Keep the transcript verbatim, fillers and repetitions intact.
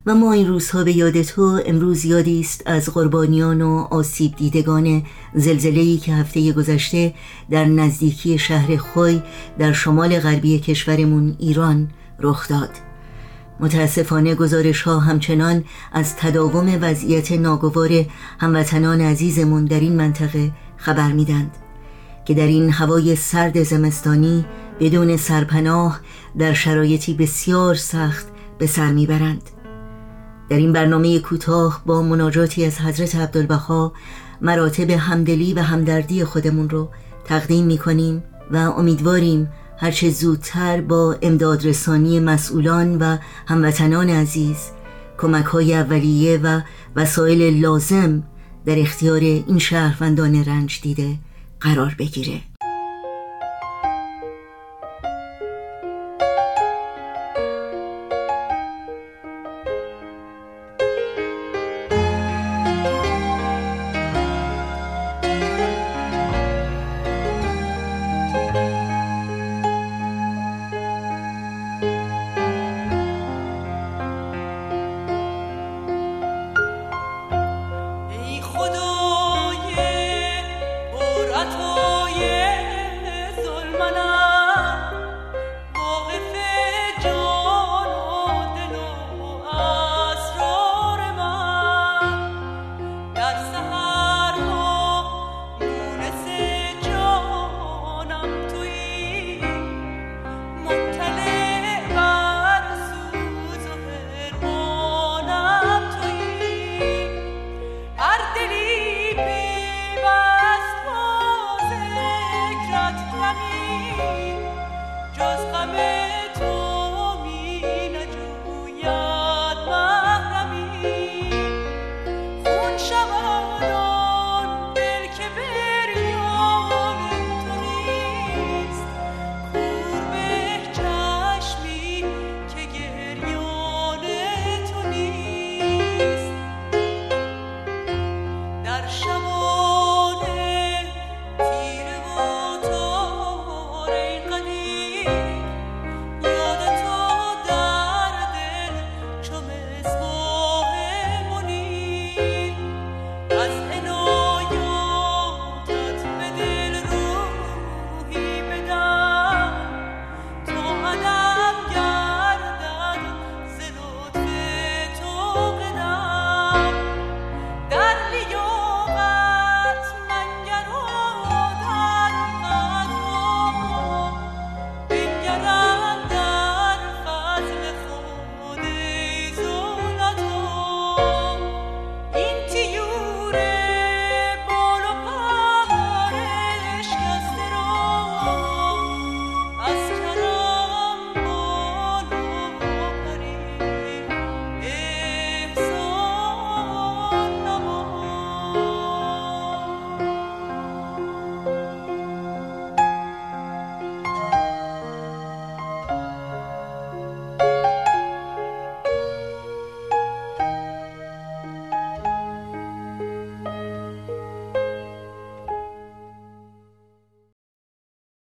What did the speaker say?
و ما این روزها به یاد تو امروز یادی است از قربانیان و آسیب دیدگان زلزله‌ای که هفته گذشته در نزدیکی شهر خوی در شمال غربی کشورمون ایران رخ داد. متاسفانه گزارش ها همچنان از تداوم وضعیت ناگوار هموطنان عزیزمون در این منطقه خبر میدند که در این هوای سرد زمستانی بدون سرپناه در شرایطی بسیار سخت به سر میبرند. در این برنامه کوتاه با مناجاتی از حضرت عبدالبها مراتب همدلی و همدردی خودمون رو تقدیم میکنیم و امیدواریم هرچه زودتر با امدادرسانی مسئولان و هموطنان عزیز کمک‌های اولیه و وسایل لازم در اختیار این شهروندان رنج دیده قرار بگیره.